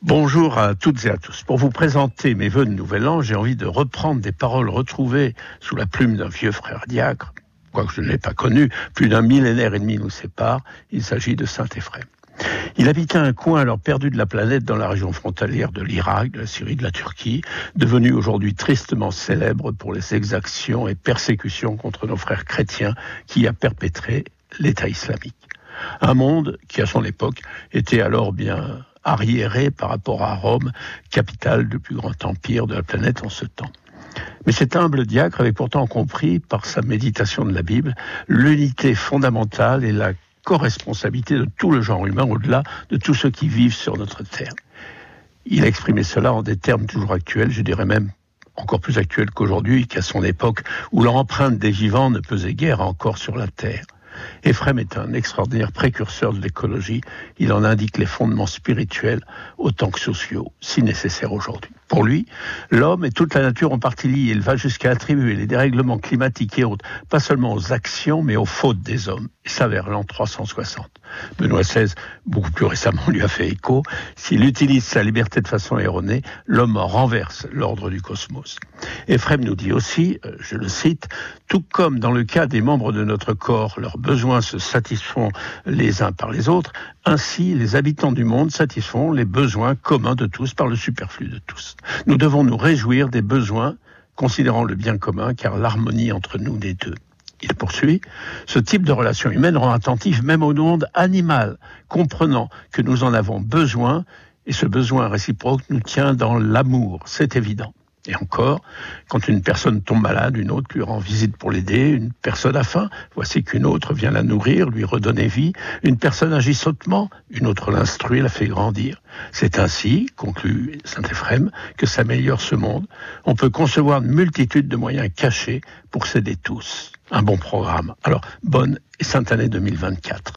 Bonjour à toutes et à tous. Pour vous présenter mes vœux de nouvel an, j'ai envie de reprendre des paroles retrouvées sous la plume d'un vieux frère diacre, quoique je ne l'ai pas connu, plus d'un millénaire et demi nous sépare. Il s'agit de saint Éphrem. Il habitait un coin alors perdu de la planète dans la région frontalière de l'Irak, de la Syrie, de la Turquie, devenu aujourd'hui tristement célèbre pour les exactions et persécutions contre nos frères chrétiens qui a perpétré l'État islamique. Un monde qui, à son époque, était alors bien arriéré par rapport à Rome, capitale du plus grand empire de la planète en ce temps. Mais cet humble diacre avait pourtant compris, par sa méditation de la Bible, l'unité fondamentale et la co-responsabilité de tout le genre humain au-delà de tous ceux qui vivent sur notre terre. Il a exprimé cela en des termes toujours actuels, je dirais même encore plus actuels qu'aujourd'hui, qu'à son époque où l'empreinte des vivants ne pesait guère encore sur la terre. Éphrem est un extraordinaire précurseur de l'écologie. Il en indique les fondements spirituels autant que sociaux, si nécessaires aujourd'hui. Pour lui, l'homme et toute la nature ont partie liée. Il va jusqu'à attribuer les dérèglements climatiques et autres, pas seulement aux actions, mais aux fautes des hommes. Et ça vers l'an 360. Benoît XVI, beaucoup plus récemment, lui a fait écho. S'il utilise sa liberté de façon erronée, l'homme renverse l'ordre du cosmos. Éphrem nous dit aussi, je le cite, « Tout comme dans le cas des membres de notre corps, leurs besoins se satisfont les uns par les autres, ainsi les habitants du monde satisfont les besoins communs de tous par le superflu de tous. Nous devons nous réjouir des besoins, considérant le bien commun, car l'harmonie entre nous des deux. » Il poursuit, « Ce type de relation humaine rend attentif même au monde animal, comprenant que nous en avons besoin, et ce besoin réciproque nous tient dans l'amour, c'est évident. » Et encore, quand une personne tombe malade, une autre lui rend visite pour l'aider, une personne a faim, voici qu'une autre vient la nourrir, lui redonner vie, une personne agit sottement, une autre l'instruit, la fait grandir. C'est ainsi, conclut saint Éphrem, que s'améliore ce monde. On peut concevoir une multitude de moyens cachés pour s'aider tous. Un bon programme. Alors, bonne et sainte année 2024.